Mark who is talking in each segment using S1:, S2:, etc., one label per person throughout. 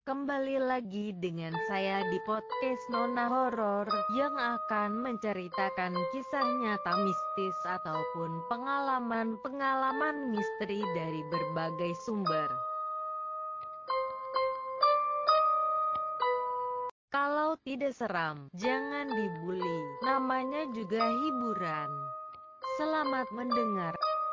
S1: Kembali lagi dengan saya di podcast Nona Horor yang akan menceritakan kisah nyata mistis ataupun pengalaman-pengalaman misteri dari berbagai sumber. Kalau tidak seram, jangan dibully. Namanya juga hiburan. Selamat mendengar.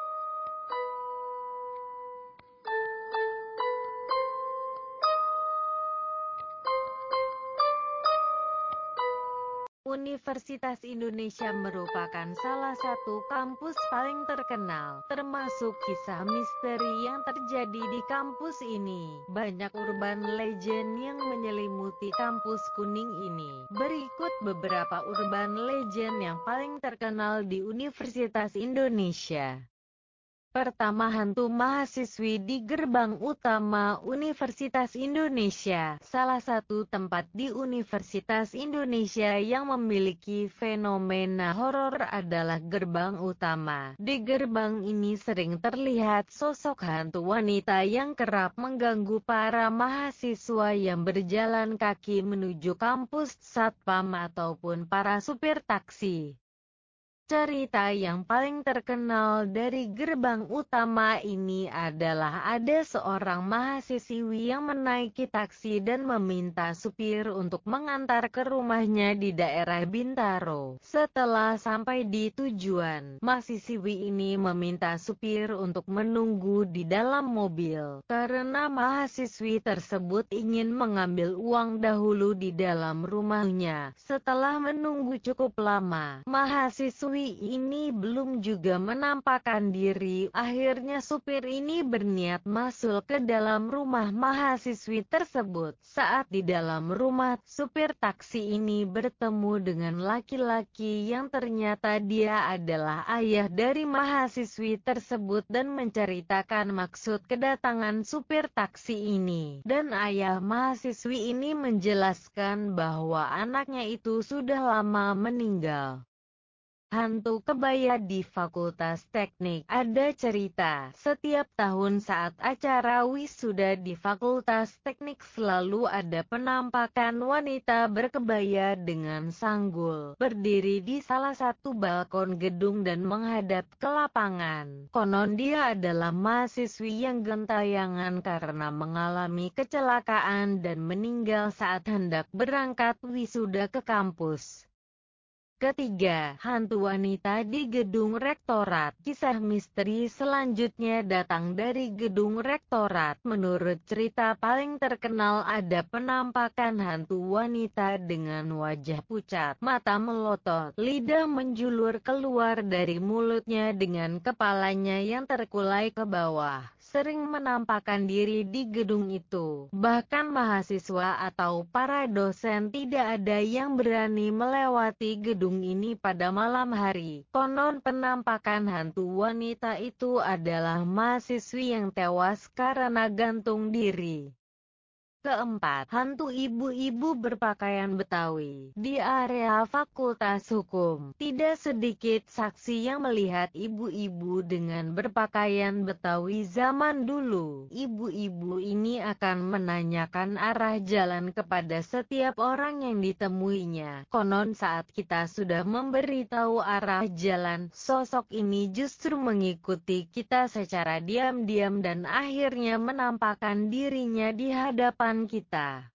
S1: Universitas Indonesia merupakan salah satu kampus paling terkenal, termasuk kisah misteri yang terjadi di kampus ini. Banyak urban legend yang menyelimuti kampus kuning ini. Berikut beberapa urban legend yang paling terkenal di Universitas Indonesia. Pertama, hantu mahasiswi di gerbang utama Universitas Indonesia. Salah satu tempat di Universitas Indonesia yang memiliki fenomena horor adalah gerbang utama. Di gerbang ini sering terlihat sosok hantu wanita yang kerap mengganggu para mahasiswa yang berjalan kaki menuju kampus, satpam ataupun para supir taksi. Cerita yang paling terkenal dari gerbang utama ini adalah ada seorang mahasiswi yang menaiki taksi dan meminta supir untuk mengantar ke rumahnya di daerah Bintaro. Setelah sampai di tujuan, mahasiswi ini meminta supir untuk menunggu di dalam mobil, karena mahasiswi tersebut ingin mengambil uang dahulu di dalam rumahnya. Setelah menunggu cukup lama, mahasiswi ini belum juga menampakkan diri. Akhirnya supir ini berniat masuk ke dalam rumah mahasiswi tersebut. Saat di dalam rumah, supir taksi ini bertemu dengan laki-laki yang ternyata dia adalah ayah dari mahasiswi tersebut dan menceritakan maksud kedatangan supir taksi ini. Dan ayah mahasiswi ini menjelaskan bahwa anaknya itu sudah lama meninggal. Hantu kebaya di Fakultas Teknik. Ada cerita, setiap tahun saat acara wisuda di Fakultas Teknik selalu ada penampakan wanita berkebaya dengan sanggul, berdiri di salah satu balkon gedung dan menghadap ke lapangan. Konon dia adalah mahasiswi yang gentayangan karena mengalami kecelakaan dan meninggal saat hendak berangkat wisuda ke kampus. Ketiga, hantu wanita di gedung rektorat. Kisah misteri selanjutnya datang dari gedung rektorat. Menurut cerita paling terkenal ada penampakan hantu wanita dengan wajah pucat, mata melotot, lidah menjulur keluar dari mulutnya dengan kepalanya yang terkulai ke bawah. Sering menampakkan diri di gedung itu. Bahkan mahasiswa atau para dosen tidak ada yang berani melewati gedung ini pada malam hari. Konon penampakan hantu wanita itu adalah mahasiswi yang tewas karena gantung diri. Keempat, hantu ibu-ibu berpakaian Betawi. Di area Fakultas Hukum, tidak sedikit saksi yang melihat ibu-ibu dengan berpakaian Betawi zaman dulu. Ibu-ibu ini akan menanyakan arah jalan kepada setiap orang yang ditemuinya. Konon saat kita sudah memberitahu arah jalan, sosok ini justru mengikuti kita secara diam-diam dan akhirnya menampakkan dirinya di hadapan kita.